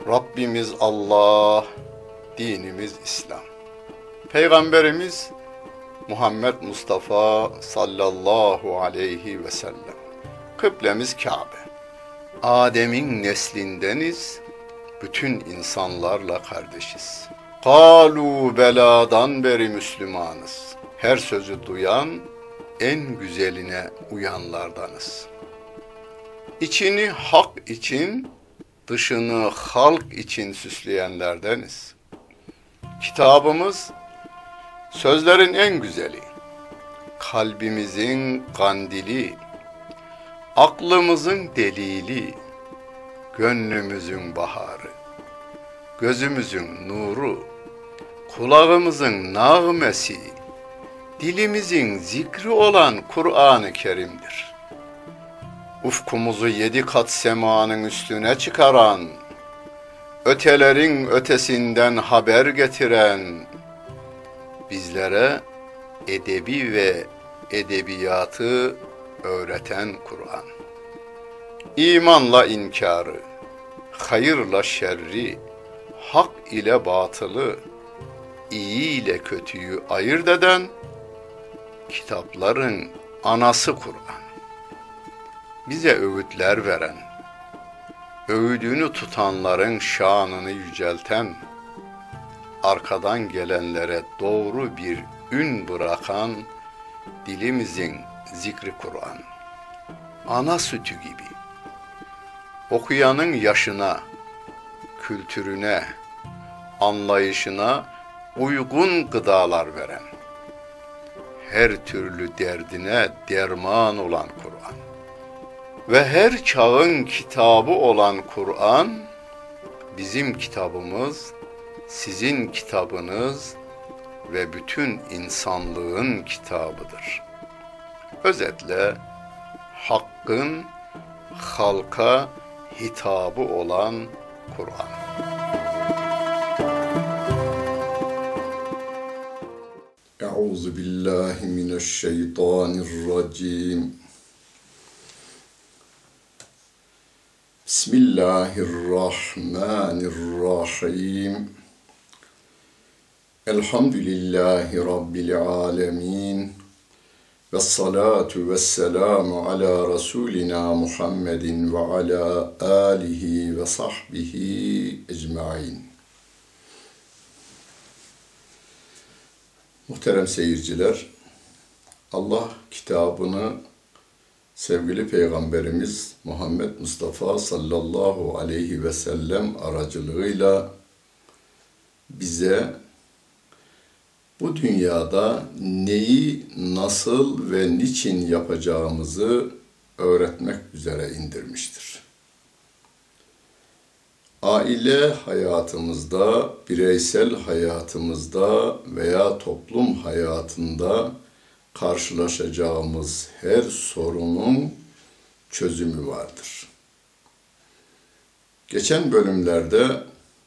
Rabbimiz Allah, dinimiz İslam. Peygamberimiz Muhammed Mustafa sallallahu aleyhi ve sellem. Kıblemiz Kabe. Adem'in neslindeniz, bütün insanlarla kardeşiz. Kalu beladan beri Müslümanız. Her sözü duyan, en güzeline uyanlardanız. İçini hak için, dışını halk için süsleyenlerdeniz. Kitabımız sözlerin en güzeli, kalbimizin kandili, aklımızın delili, gönlümüzün baharı, gözümüzün nuru, kulağımızın nağmesi, dilimizin zikri olan Kur'an-ı Kerim'dir. Ufkumuzu 7 kat semanın üstüne çıkaran, ötelerin ötesinden haber getiren, bizlere edebi ve edebiyatı öğreten Kur'an. İmanla inkarı, hayırla şerri, hak ile batılı, iyi ile kötüyü ayırt eden kitapların anası Kur'an. Bize öğütler veren, öğüdünü tutanların şanını yücelten, arkadan gelenlere doğru bir ün bırakan dilimizin zikri Kur'an. Ana sütü gibi, okuyanın yaşına, kültürüne, anlayışına uygun gıdalar veren, her türlü derdine derman olan Kur'an ve her çağın kitabı olan Kur'an, bizim kitabımız, sizin kitabınız ve bütün insanlığın kitabıdır. Özetle hakkın halka hitabı olan Kur'an. Euzu billahi mineşşeytanirracim. Bismillahirrahmanirrahim. Elhamdülillahi Rabbil alemin. Vessalatu vesselamu ala Resulina Muhammedin ve ala alihi ve sahbihi ecmain. Muhterem seyirciler, Allah kitabını sevgili Peygamberimiz Muhammed Mustafa sallallahu aleyhi ve sellem aracılığıyla bize bu dünyada neyi, nasıl ve niçin yapacağımızı öğretmek üzere indirmiştir. Aile hayatımızda, bireysel hayatımızda veya toplum hayatında karşılaşacağımız her sorunun çözümü vardır. Geçen bölümlerde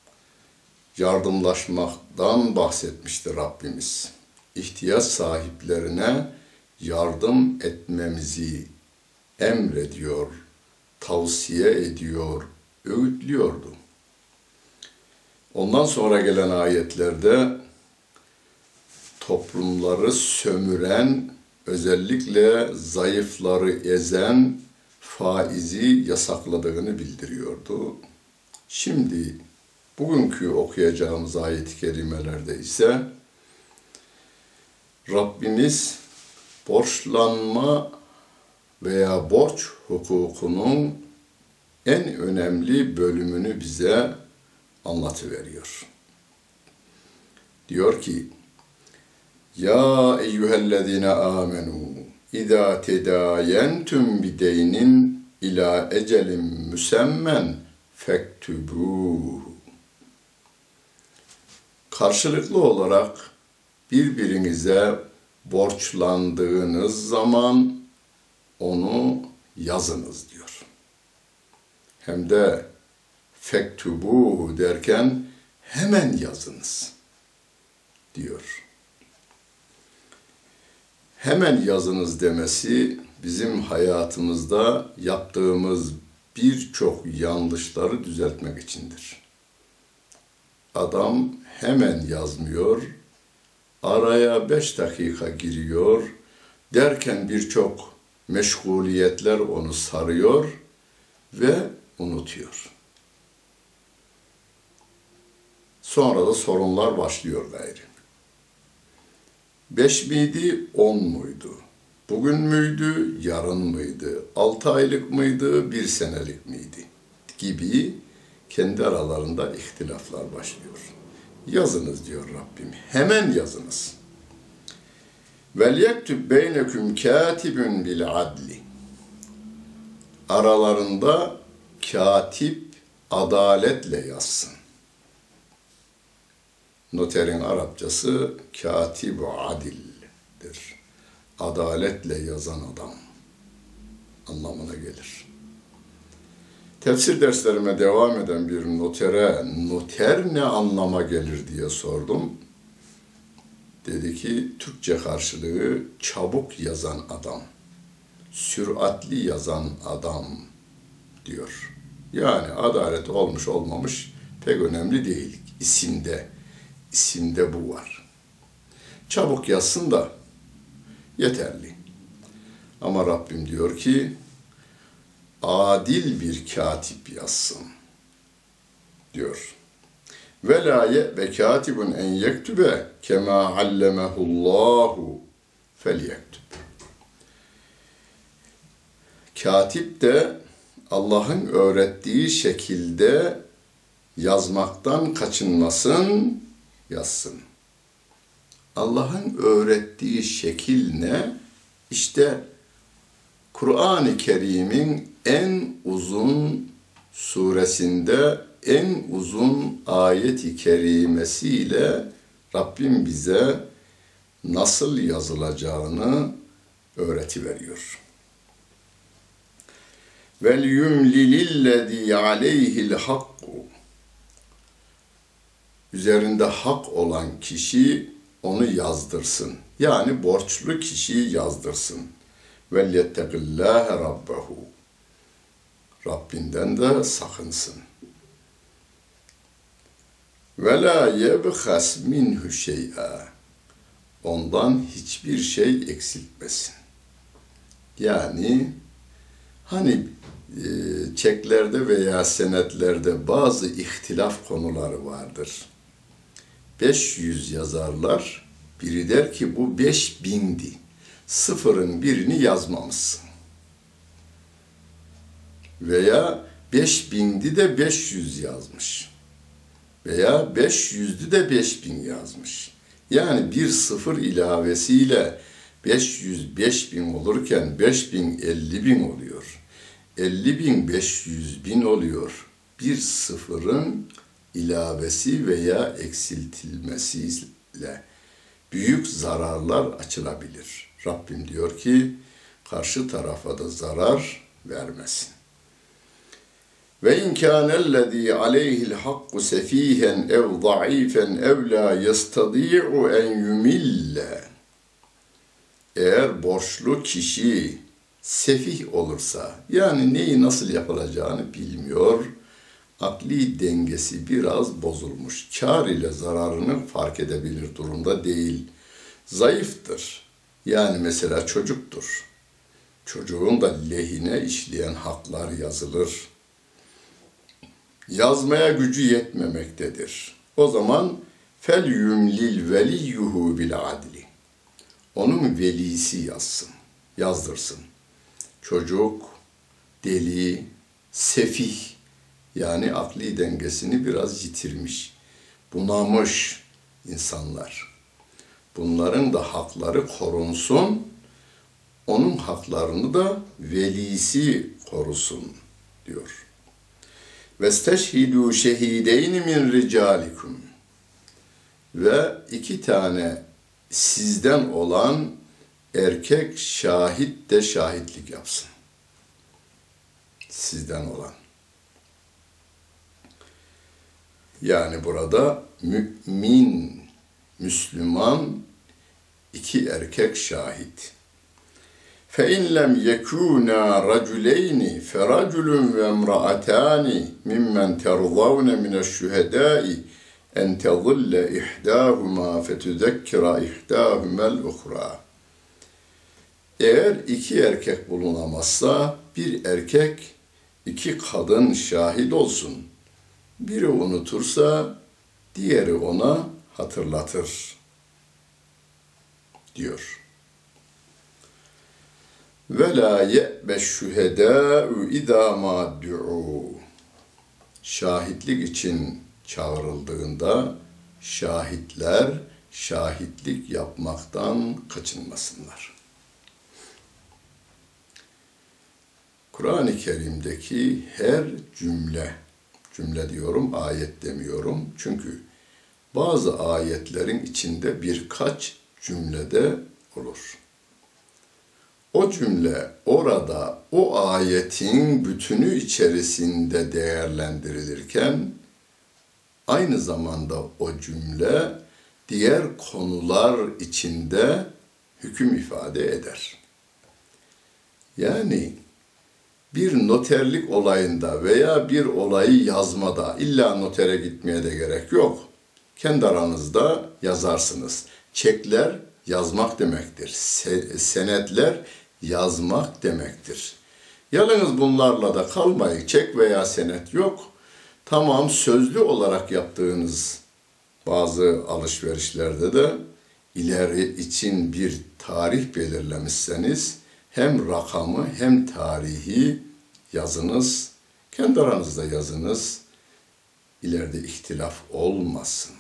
yardımlaşmaktan bahsetmişti Rabbimiz. İhtiyaç sahiplerine yardım etmemizi emrediyor, tavsiye ediyor, öğütlüyordu. Ondan sonra gelen ayetlerde toplumları sömüren, özellikle zayıfları ezen faizi yasakladığını bildiriyordu. Şimdi bugünkü okuyacağımız ayet-i kerimelerde ise Rabbimiz borçlanma veya borç hukukunun en önemli bölümünü bize anlatıveriyor. Diyor ki, Ya eyyühellezine amenu, İzâ tedâyentum bideynin ilâ ecelin müsemmen fektubûhu. Karşılıklı olarak birbirinize borçlandığınız zaman onu yazınız diyor. Hem de fektubuhu derken hemen yazınız diyor. Hemen yazınız demesi bizim hayatımızda yaptığımız birçok yanlışları düzeltmek içindir. adam hemen yazmıyor, araya 5 dakika giriyor, derken birçok meşguliyetler onu sarıyor ve unutuyor. Sonra da sorunlar başlıyor gayrı. 5 miydi, 10 muydu? Bugün müydü, yarın mıydı? 6 aylık mıydı, 1 senelik miydi? Gibi kendi aralarında ihtilaflar başlıyor. Yazınız diyor Rabbim. Hemen yazınız. وَلْيَكْتُبْ بَيْنَكُمْ كَاتِبٌ بِالْعَدْلِ. Aralarında katip adaletle yazsın. Noterin Arapçası katibu adildir. Adaletle yazan adam anlamına gelir. Tefsir derslerime devam eden bir notere, noter ne anlama gelir diye sordum. Dedi ki, Türkçe karşılığı çabuk yazan adam, süratli yazan adam diyor. Yani adalet olmuş olmamış pek önemli değil. İsimde bu var. Çabuk yazsın da yeterli. Ama Rabbim diyor ki, adil bir katip yazsın diyor. Ve katibun en yektube kema allemehullahu felyektub. Katip de Allah'ın öğrettiği şekilde yazmaktan kaçınmasın, yazsın. Allah'ın öğrettiği şekil ne? İşte Kur'an-ı Kerim'in en uzun suresinde en uzun ayet-i kerimesiyle Rabbim bize nasıl yazılacağını öğretiveriyor. وَلْيُمْلِلِلَّذ۪ي عَلَيْهِ الْحَقُّ. Üzerinde hak olan kişi onu yazdırsın. Yani borçlu kişiyi yazdırsın. وَلْيَتَّقِ اللّٰهَ رَبَّهُ. Rabbinden de sakınsın. وَلَا يَبْخَسْ مِنْهُ شَيْئًا. Ondan hiçbir şey eksiltmesin. Yani hani çeklerde veya senetlerde bazı ihtilaf konuları vardır. 500 yazarlar, biri der ki bu 5000'di. Sıfırın birini yazmamışsın. Veya 5000'di de 500 yazmış. Veya 500'dü de 5000 yazmış. Yani bir sıfır ilavesiyle 500 5000 olurken 5000 50.000 oluyor. 50.000 500.000 oluyor. Bir sıfırın ilavesi veya eksiltilmesiyle büyük zararlar açılabilir. Rabbim diyor ki karşı tarafa da zarar vermesin. Ve in kânellezî aleyhil hakku sefîhen ev zayıfen ev lâ yestadî'u en yumille. Eğer borçlu kişi sefih olursa, yani neyi nasıl yapılacağını bilmiyor, akli dengesi biraz bozulmuş, kâr ile zararını fark edebilir durumda değil, zayıftır. Yani mesela çocuktur. Çocuğun da lehine işleyen haklar yazılır. Yazmaya gücü yetmemektedir. O zaman fel yumlil veliyyuhu bil adli. Onun velisi yazsın, yazdırsın. Çocuk, deli, sefih, yani akli dengesini biraz yitirmiş, bunamış insanlar. Bunların da hakları korunsun, onun haklarını da velisi korusun diyor. وَاسْتَشْهِدُوا شَهِيدَيْنِ مِنْ رِجَالِكُمْ. Ve 2 tane sizden olan erkek şahit de şahitlik yapsın. Sizden olan. Yani burada mümin, Müslüman 2 erkek şahit. فَاِنْ لَمْ يَكُونَا رَجُلَيْنِ فَرَجُلٌ وَامْرَأَتَانِ مِمَّنْ تَرْضَوْنَ مِنَ الشُّهَدَاءِ en tezille ihdâhuma fetüzekkira ihdâhumel uhrâ. Eğer iki erkek bulunamazsa bir erkek, iki kadın şahit olsun. Biri unutursa diğeri ona hatırlatır diyor. Ve la ye'beş şühedâ'u idâ mâ du'û. Şahitlik için çağrıldığında şahitler şahitlik yapmaktan kaçınmasınlar. Kur'an-ı Kerim'deki her cümle diyorum, ayet demiyorum. Çünkü bazı ayetlerin içinde birkaç cümlede olur. O cümle orada o ayetin bütünü içerisinde değerlendirilirken aynı zamanda o cümle diğer konular içinde hüküm ifade eder. Yani bir noterlik olayında veya bir olayı yazmada illa notere gitmeye de gerek yok. Kendi aranızda yazarsınız. Çekler yazmak demektir. Senetler yazmak demektir. Yalnız bunlarla da kalmayın. Çek veya senet yok. Tamam, sözlü olarak yaptığınız bazı alışverişlerde de ileri için bir tarih belirlemişseniz hem rakamı hem tarihi yazınız. Kendi aranızda yazınız. İleride ihtilaf olmasın.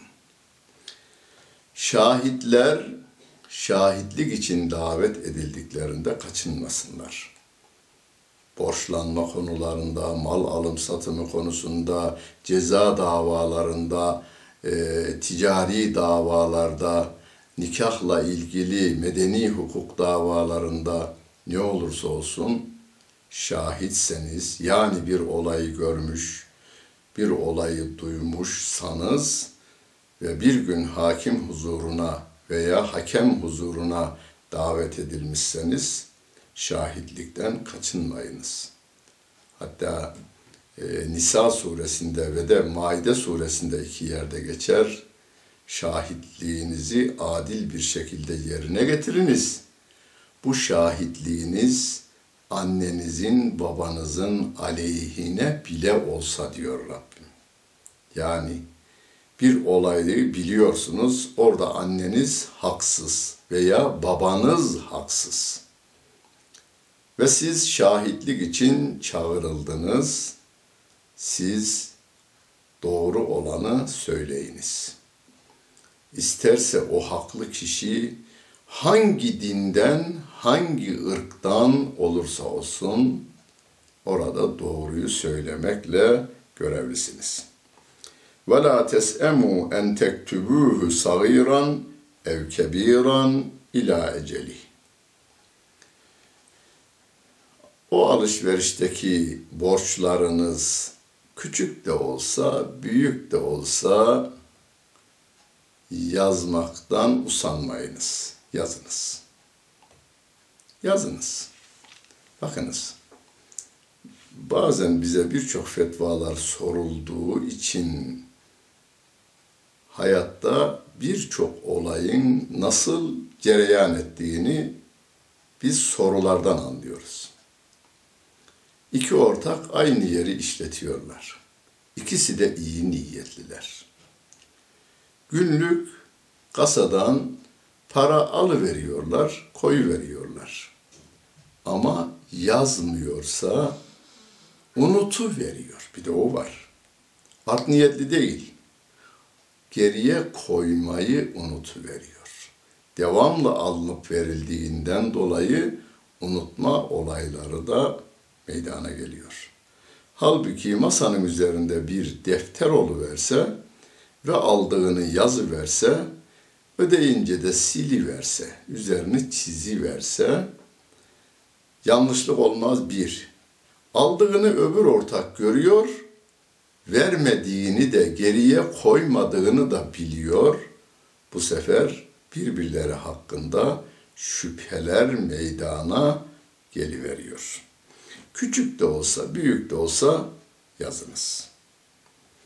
Şahitler şahitlik için davet edildiklerinde kaçınmasınlar. Borçlanma konularında, mal alım satımı konusunda, ceza davalarında, ticari davalarda, nikahla ilgili medeni hukuk davalarında ne olursa olsun şahitseniz, yani bir olayı görmüş, bir olayı duymuşsanız ve bir gün hakim huzuruna veya hakem huzuruna davet edilmişseniz şahitlikten kaçınmayınız. Hatta Nisa suresinde ve de Maide suresinde iki yerde geçer. Şahitliğinizi adil bir şekilde yerine getiriniz. Bu şahitliğiniz annenizin, babanızın aleyhine bile olsa diyor Rabbim. Yani bir olayı biliyorsunuz, orada anneniz haksız veya babanız haksız. Ve siz şahitlik için çağrıldınız. Siz doğru olanı söyleyiniz. İsterse o haklı kişi hangi dinden, hangi ırktan olursa olsun orada doğruyu söylemekle görevlisiniz. وَلَا تَسْأَمُوا اَنْ تَكْتُبُوهُ صَغِيرًا اَوْ كَب۪يرًا اِلَى اَجَلِهِ. O alışverişteki borçlarınız küçük de olsa, büyük de olsa yazmaktan usanmayınız. Yazınız. Yazınız. Bakınız, bazen bize birçok fetvalar sorulduğu için hayatta birçok olayın nasıl cereyan ettiğini biz sorulardan anlıyoruz. İki ortak aynı yeri işletiyorlar. İkisi de iyi niyetliler. Günlük kasadan para alıveriyorlar, koyuveriyorlar. Ama yazmıyorsa unutuveriyor. Bir de o var. Art niyetli değil. Geriye koymayı unutuveriyor. Devamlı alınıp verildiğinden dolayı unutma olayları da meydana geliyor. Halbuki masanın üzerinde bir defter oluverse ve aldığını yazıverse, ödeyince de siliverse, üzerini çiziverse yanlışlık olmaz bir. Aldığını öbür ortak görüyor, vermediğini de geriye koymadığını da biliyor. Bu sefer birbirleri hakkında şüpheler meydana geliveriyor. Küçük de olsa, büyük de olsa yazınız.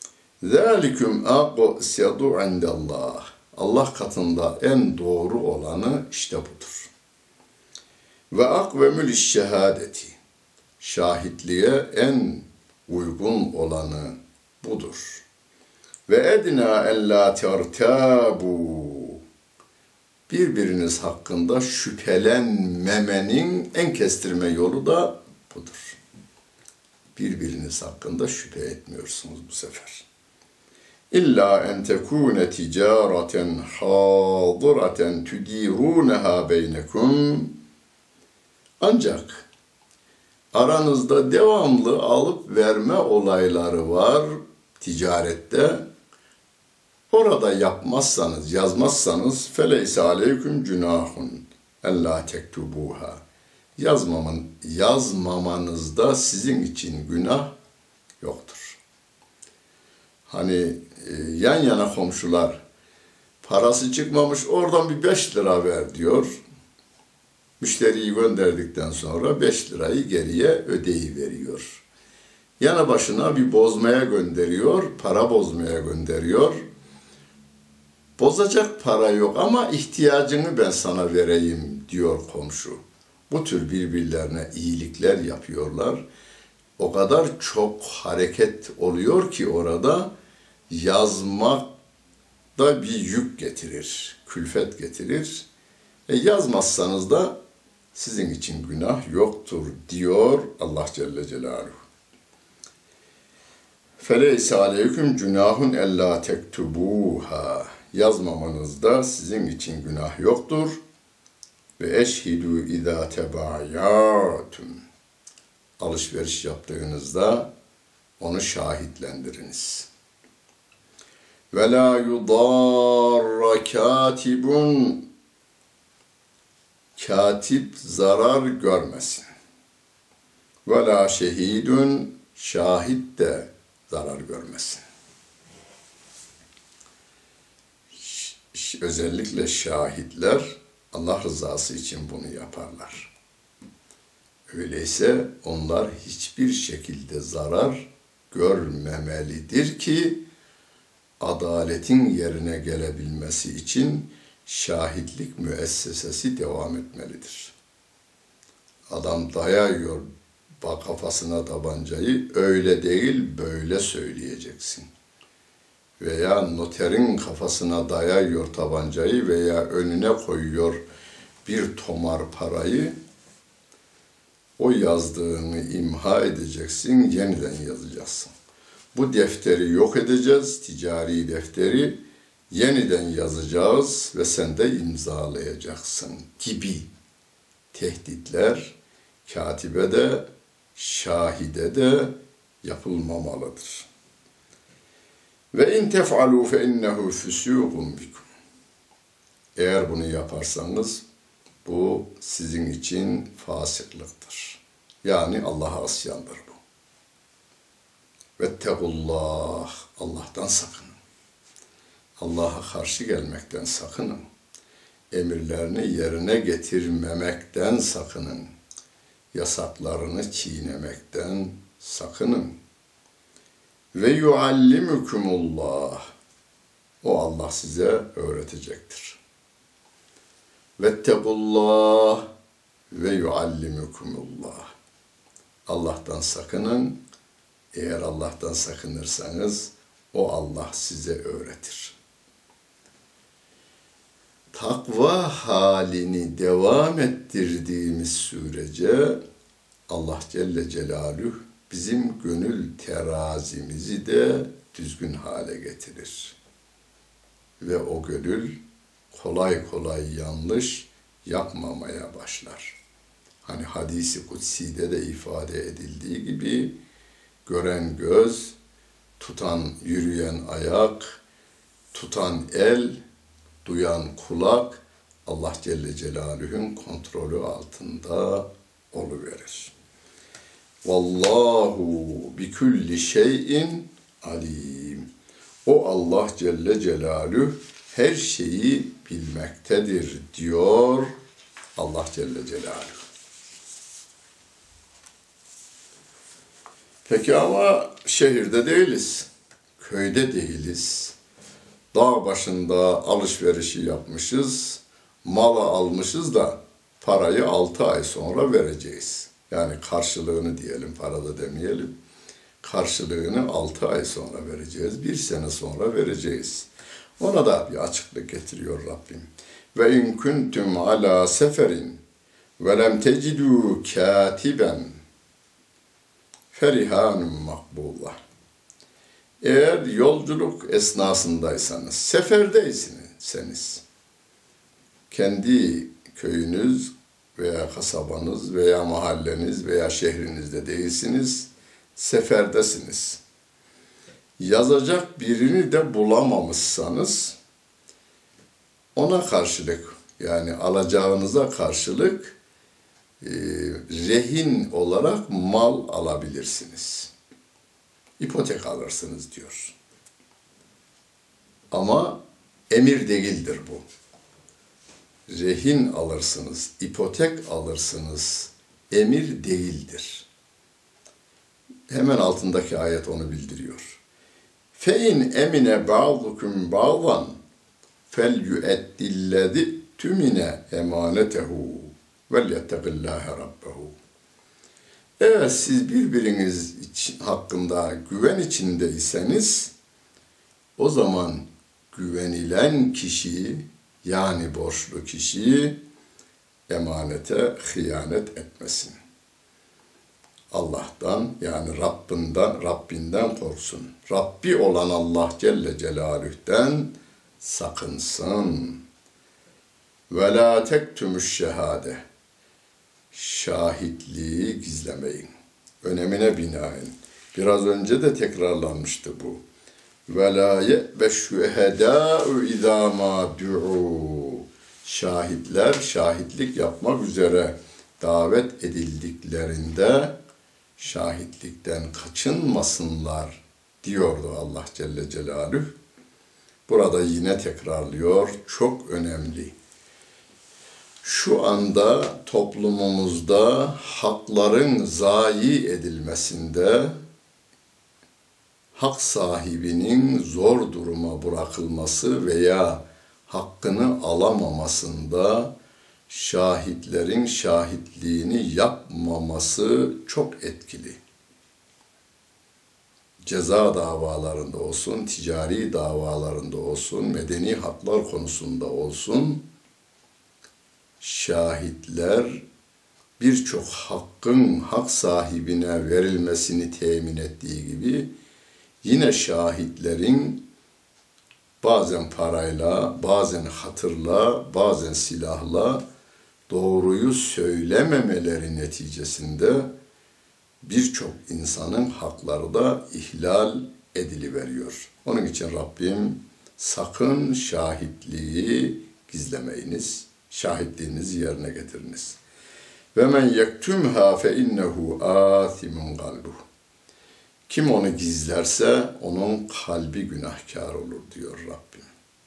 ذَٰلِكُمْ اَقْسَدُ عِنْدَ اللّٰهِ Allah katında en doğru olanı işte budur. Ve akvemül şehadeti şahitliğe en uygun olanı budur. Ve edna ella tertabu birbiriniz hakkında şüphelenmemenin en kestirme yolu da budur. Birbiriniz hakkında şüphe etmiyorsunuz bu sefer. İlla en tekune ticareten hadiraten tudiruneha beynekum. Ancak aranızda devamlı alıp verme olayları var ticarette. Orada yapmazsanız, yazmazsanız feleyse aleyküm günahun ella tektubuha. Yazmamanızda sizin için günah yoktur. Hani yan yana komşular parası çıkmamış oradan bir 5 lira ver diyor. Müşteriyi gönderdikten sonra 5 lirayı geriye ödeyiveriyor. Yana başına bir bozmaya gönderiyor, para bozmaya gönderiyor. Bozacak para yok ama ihtiyacını ben sana vereyim diyor komşu. Bu tür birbirlerine iyilikler yapıyorlar. O kadar çok hareket oluyor ki orada yazmak da bir yük getirir, külfet getirir. Yazmazsanız da sizin için günah yoktur diyor Allah Celle Celaluhu. فَلَيْسَ عَلَيْكُمْ جُنَاهٌ اَلَّا تَكْتُبُوهَا Yazmamanızda sizin için günah yoktur. Ve eşhidû اِذَا تَبَعْيَاتُمْ Alışveriş yaptığınızda onu şahitlendiriniz. وَلَا يُضَارَّ كَاتِبٌ Katip zarar görmesin. وَلَا شَهِيدٌ Şahit de zarar görmesin. Özellikle şahitler Allah rızası için bunu yaparlar. Öyleyse onlar hiçbir şekilde zarar görmemelidir ki adaletin yerine gelebilmesi için şahitlik müessesesi devam etmelidir. Adam dayıyor kafasına tabancayı, öyle değil böyle söyleyeceksin. Veya noterin kafasına dayıyor tabancayı veya önüne koyuyor bir tomar parayı, o yazdığını imha edeceksin, yeniden yazacaksın. Bu defteri yok edeceğiz, ticari defteri yeniden yazacağız ve sen de imzalayacaksın gibi tehditler katibe de şahide de yapılmamalıdır. Ve in tef'alu fe innehu fusuqun bikum. Eğer bunu yaparsanız bu sizin için fasıklıktır. Yani Allah'a asyandır bu. Vettegullah. Allah'tan sakının. Allah'a karşı gelmekten sakının. Emirlerini yerine getirmemekten sakının. Yasaklarını çiğnemekten sakının. Ve yuallimukumullah. O Allah size öğretecektir. Vettegullah ve yuallimukumullah. Allah'tan sakının. Eğer Allah'tan sakınırsanız o Allah size öğretir. Takva halini devam ettirdiğimiz sürece Allah Celle Celaluhu bizim gönül terazimizi de düzgün hale getirir. Ve o gönül kolay kolay yanlış yapmamaya başlar. Hani hadisi kutsi'de de ifade edildiği gibi gören göz, tutan yürüyen ayak, tutan el, duyan kulak Allah Celle Celaluhu'nun kontrolü altında oluverir. Vallahu bi kulli şeyin alim. O Allah Celle Celaluhu her şeyi bilmektedir diyor Allah Celle Celaluhu. Peki ama şehirde değiliz, köyde değiliz. Dağ başında alışverişi yapmışız, malı almışız da parayı 6 ay sonra vereceğiz. Yani karşılığını diyelim, parada demeyelim. Karşılığını 6 ay sonra vereceğiz, 1 sene sonra vereceğiz. Ona da bir açıklık getiriyor Rabbim. Ve in kuntum ala seferin ve lem tecidu katiben ferihanun makbullah. Eğer yolculuk esnasındaysanız, seferdeyseniz, kendi köyünüz veya kasabanız veya mahalleniz veya şehrinizde değilsiniz, seferdesiniz. Yazacak birini de bulamamışsanız, ona karşılık, yani alacağınıza karşılık rehin olarak mal alabilirsiniz. İpotek alırsınız diyor. Ama emir değildir bu. Rehin alırsınız, ipotek alırsınız, emir değildir. Hemen altındaki ayet onu bildiriyor. فَاِنْ اَمِنَ بَعْضُكُمْ بَعْضًا فَلْيُؤَدِّ الَّذِي تُمِنَ اَمَانَتَهُ وَلْيَتَّقِ اللّٰهَ رَبَّهُ. Eğer siz birbiriniz hakkında güven içindeyseniz, o zaman güvenilen kişi, yani borçlu kişi, emanete hıyanet etmesin. Allah'tan, yani Rabbinden korksun. Rabbi olan Allah Celle Celaluh'ten sakınsın. Ve la tektümüş şehade. Şahitliği gizlemeyin. Önemine binaen. Biraz önce de tekrarlanmıştı bu. Ve la ye'beşşühedâ'u izâ mâ du'û. Şahitler şahitlik yapmak üzere davet edildiklerinde şahitlikten kaçınmasınlar diyordu Allah Celle Celaluhu. Burada yine tekrarlıyor. Çok önemli. Şu anda toplumumuzda hakların zayi edilmesinde, hak sahibinin zor duruma bırakılması veya hakkını alamamasında şahitlerin şahitliğini yapmaması çok etkili. Ceza davalarında olsun, ticari davalarında olsun, medeni haklar konusunda olsun, şahitler birçok hakkın hak sahibine verilmesini temin ettiği gibi, yine şahitlerin bazen parayla, bazen hatırla, bazen silahla doğruyu söylememeleri neticesinde birçok insanın hakları da ihlal ediliveriyor. Onun için Rabbim sakın şahitliği gizlemeyiniz, şahitliğinizi yerine getiriniz. Ve men yektümha fe innehu âthimun kalbuh. Kim onu gizlerse onun kalbi günahkar olur diyor Rabbim.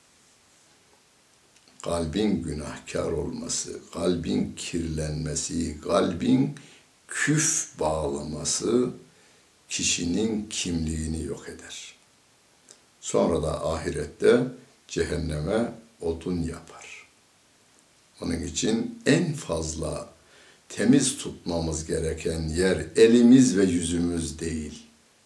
Kalbin günahkar olması, kalbin kirlenmesi, kalbin küf bağlaması kişinin kimliğini yok eder. Sonra da ahirette cehenneme odun yapar. Onun için en fazla temiz tutmamız gereken yer elimiz ve yüzümüz değil.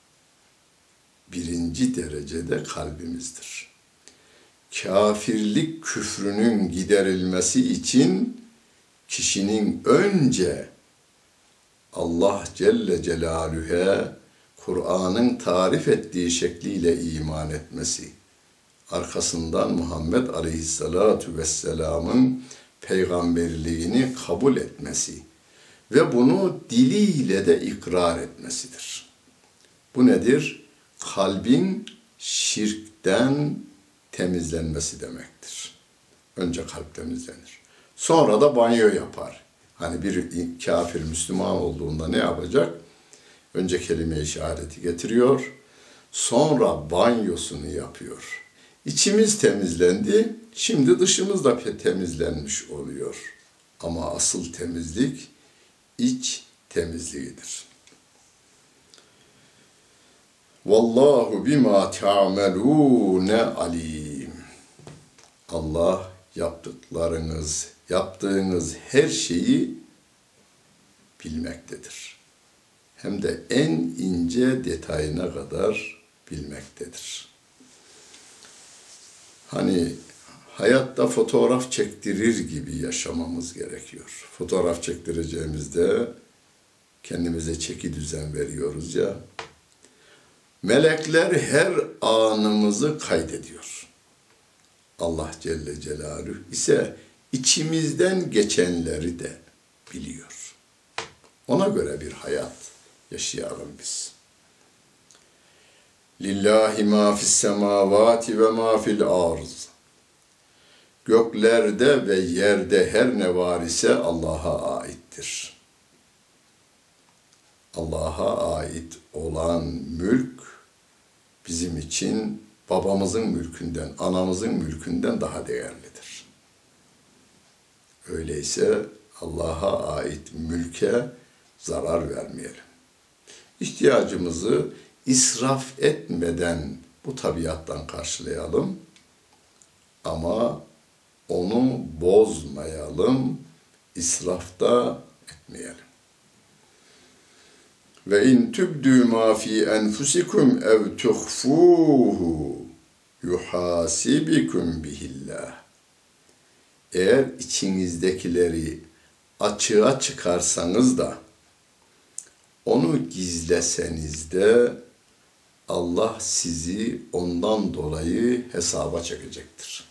Birinci derecede kalbimizdir. Kafirlik küfrünün giderilmesi için kişinin önce Allah Celle Celaluhu'ya Kur'an'ın tarif ettiği şekliyle iman etmesi, arkasından Muhammed Aleyhisselatu Vesselam'ın peygamberliğini kabul etmesi ve bunu diliyle de ikrar etmesidir. Bu nedir? Kalbin şirkten temizlenmesi demektir. Önce kalp temizlenir. Sonra da banyo yapar. Hani bir kafir Müslüman olduğunda ne yapacak? Önce kelime-i şehadeti getiriyor. Sonra banyosunu yapıyor. İçimiz temizlendi. Şimdi dışımız da temizlenmiş oluyor. Ama asıl temizlik iç temizliğidir. Vallahu bima ta'melune alim. Allah yaptığınız her şeyi bilmektedir. Hem de en ince detayına kadar bilmektedir. Hani hayatta fotoğraf çektirir gibi yaşamamız gerekiyor. Fotoğraf çektireceğimizde kendimize çeki düzen veriyoruz ya. Melekler her anımızı kaydediyor. Allah Celle Celaluhu ise içimizden geçenleri de biliyor. Ona göre bir hayat yaşayalım biz. Lillahi ma fis semavati ve ma fil arz. Göklerde ve yerde her ne var ise Allah'a aittir. Allah'a ait olan mülk bizim için babamızın mülkünden, anamızın mülkünden daha değerlidir. Öyleyse Allah'a ait mülke zarar vermeyelim. İhtiyacımızı israf etmeden bu tabiattan karşılayalım ama onu bozmayalım, israfta etmeyelim. Ve in tübdü ma fi enfusikum ev tuhfuhu yuhasibikum bihillah. Eğer içinizdekileri açığa çıkarsanız da onu gizleseniz de Allah sizi ondan dolayı hesaba çekecektir.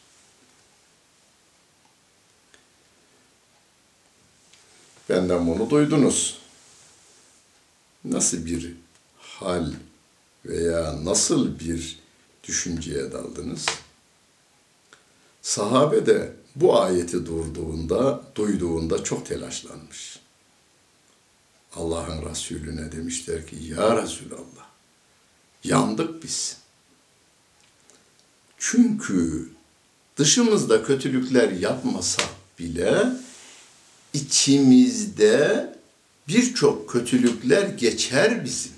Benden bunu duydunuz. Nasıl bir hal veya nasıl bir düşünceye daldınız? Sahabe de bu ayeti duyduğunda çok telaşlanmış. Allah'ın Resulüne demişler ki, ya Resulallah, yandık biz. Çünkü dışımızda kötülükler yapmasak bile içimizde birçok kötülükler geçer bizim.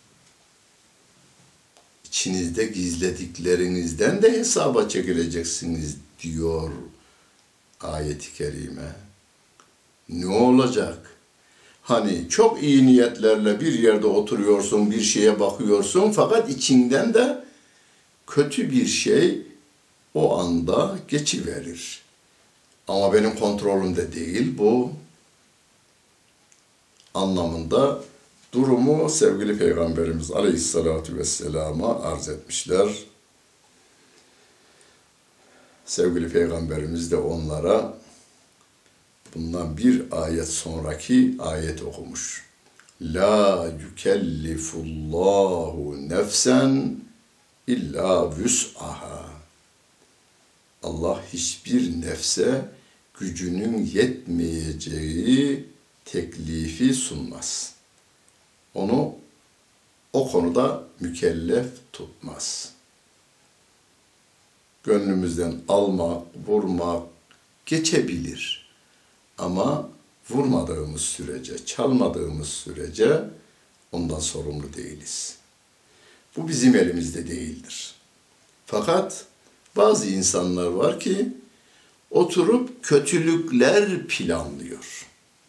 İçinizde gizlediklerinizden de hesaba çekileceksiniz diyor ayet-i kerime. Ne olacak? Hani çok iyi niyetlerle bir yerde oturuyorsun, bir şeye bakıyorsun fakat içinden de kötü bir şey o anda geçiverir. Ama benim kontrolümde değil bu anlamında durumu sevgili Peygamberimiz Aleyhisselatü Vesselam'a arz etmişler. Sevgili Peygamberimiz de onlara bundan bir ayet sonraki ayet okumuş. La yükellifullahu nefsen illa vüs'aha. Allah hiçbir nefse gücünün yetmeyeceği teklifi sunmaz. Onu o konuda mükellef tutmaz. Gönlümüzden almak, vurmak geçebilir. Ama vurmadığımız sürece, çalmadığımız sürece ondan sorumlu değiliz. Bu bizim elimizde değildir. Fakat bazı insanlar var ki oturup kötülükler planlıyor.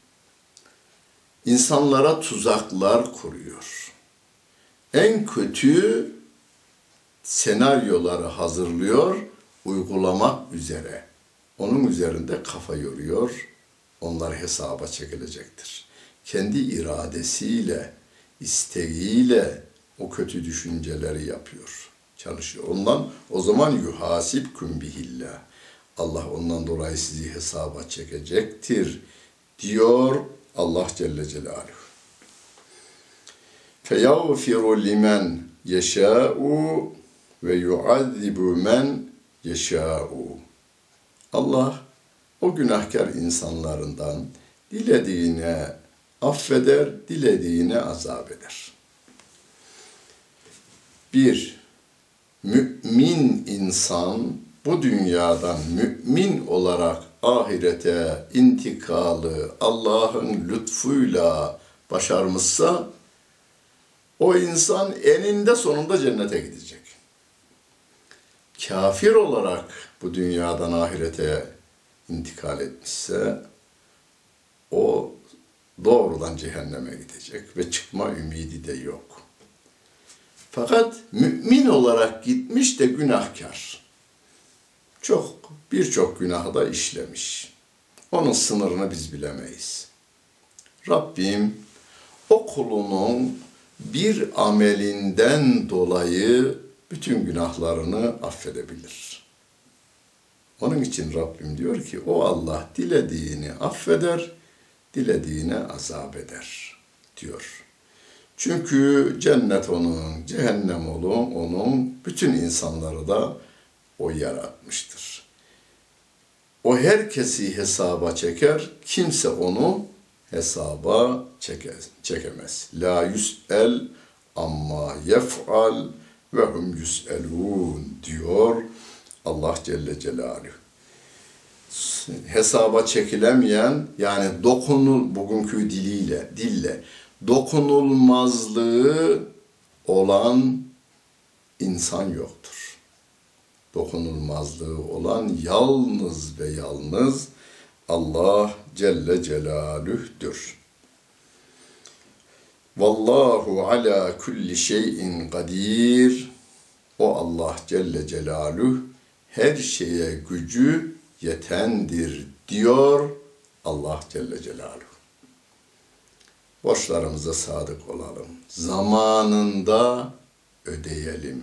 İnsanlara tuzaklar kuruyor. En kötü senaryoları hazırlıyor, uygulamak üzere. Onun üzerinde kafa yoruyor, onlar hesaba çekilecektir. Kendi iradesiyle, isteğiyle o kötü düşünceleri yapıyor, çalışıyor. Ondan o zaman yuhasibkum bihillah. Allah ondan dolayı sizi hesaba çekecektir diyor Allah Celle Celaluhu. فَيَغْفِرُ لِمَنْ يَشَاءُ وَيُعَذِّبُ مَنْ يَشَاءُ. Allah o günahkar insanlarından dilediğine affeder, dilediğine azap eder. Bir, mümin insan bu dünyadan mümin olarak ahirete intikalı Allah'ın lütfuyla başarmışsa, o insan eninde sonunda cennete gidecek. Kafir olarak bu dünyadan ahirete intikal etmişse o doğrudan cehenneme gidecek ve çıkma ümidi de yok. Fakat mümin olarak gitmiş de günahkar. Birçok günahı da işlemiş. Onun sınırını biz bilemeyiz. Rabbim o kulunun bir amelinden dolayı bütün günahlarını affedebilir. Onun için Rabbim diyor ki o Allah dilediğini affeder, dilediğine azap eder diyor. Çünkü cennet onun, cehennem onun, bütün insanları da o yaratmıştır. O herkesi hesaba çeker, kimse onu hesaba çekemez. La yüs'el amma yef'al ve hum yüs'elûn diyor Allah Celle Celaluhu. Hesaba çekilemeyen, yani bugünkü dille dokunulmazlığı olan insan yoktur. Dokunulmazlığı olan yalnız ve yalnız Allah Celle Celaluh'tür. Vallahu ala kulli şeyin kadir. O Allah Celle Celaluhu her şeye gücü yetendir diyor Allah Celle Celaluhu. Borçlarımıza sadık olalım. Zamanında ödeyelim.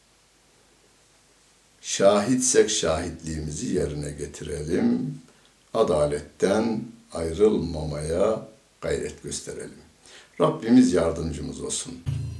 Şahitsek şahitliğimizi yerine getirelim. Adaletten ayrılmamaya gayret gösterelim. Rabbimiz yardımcımız olsun.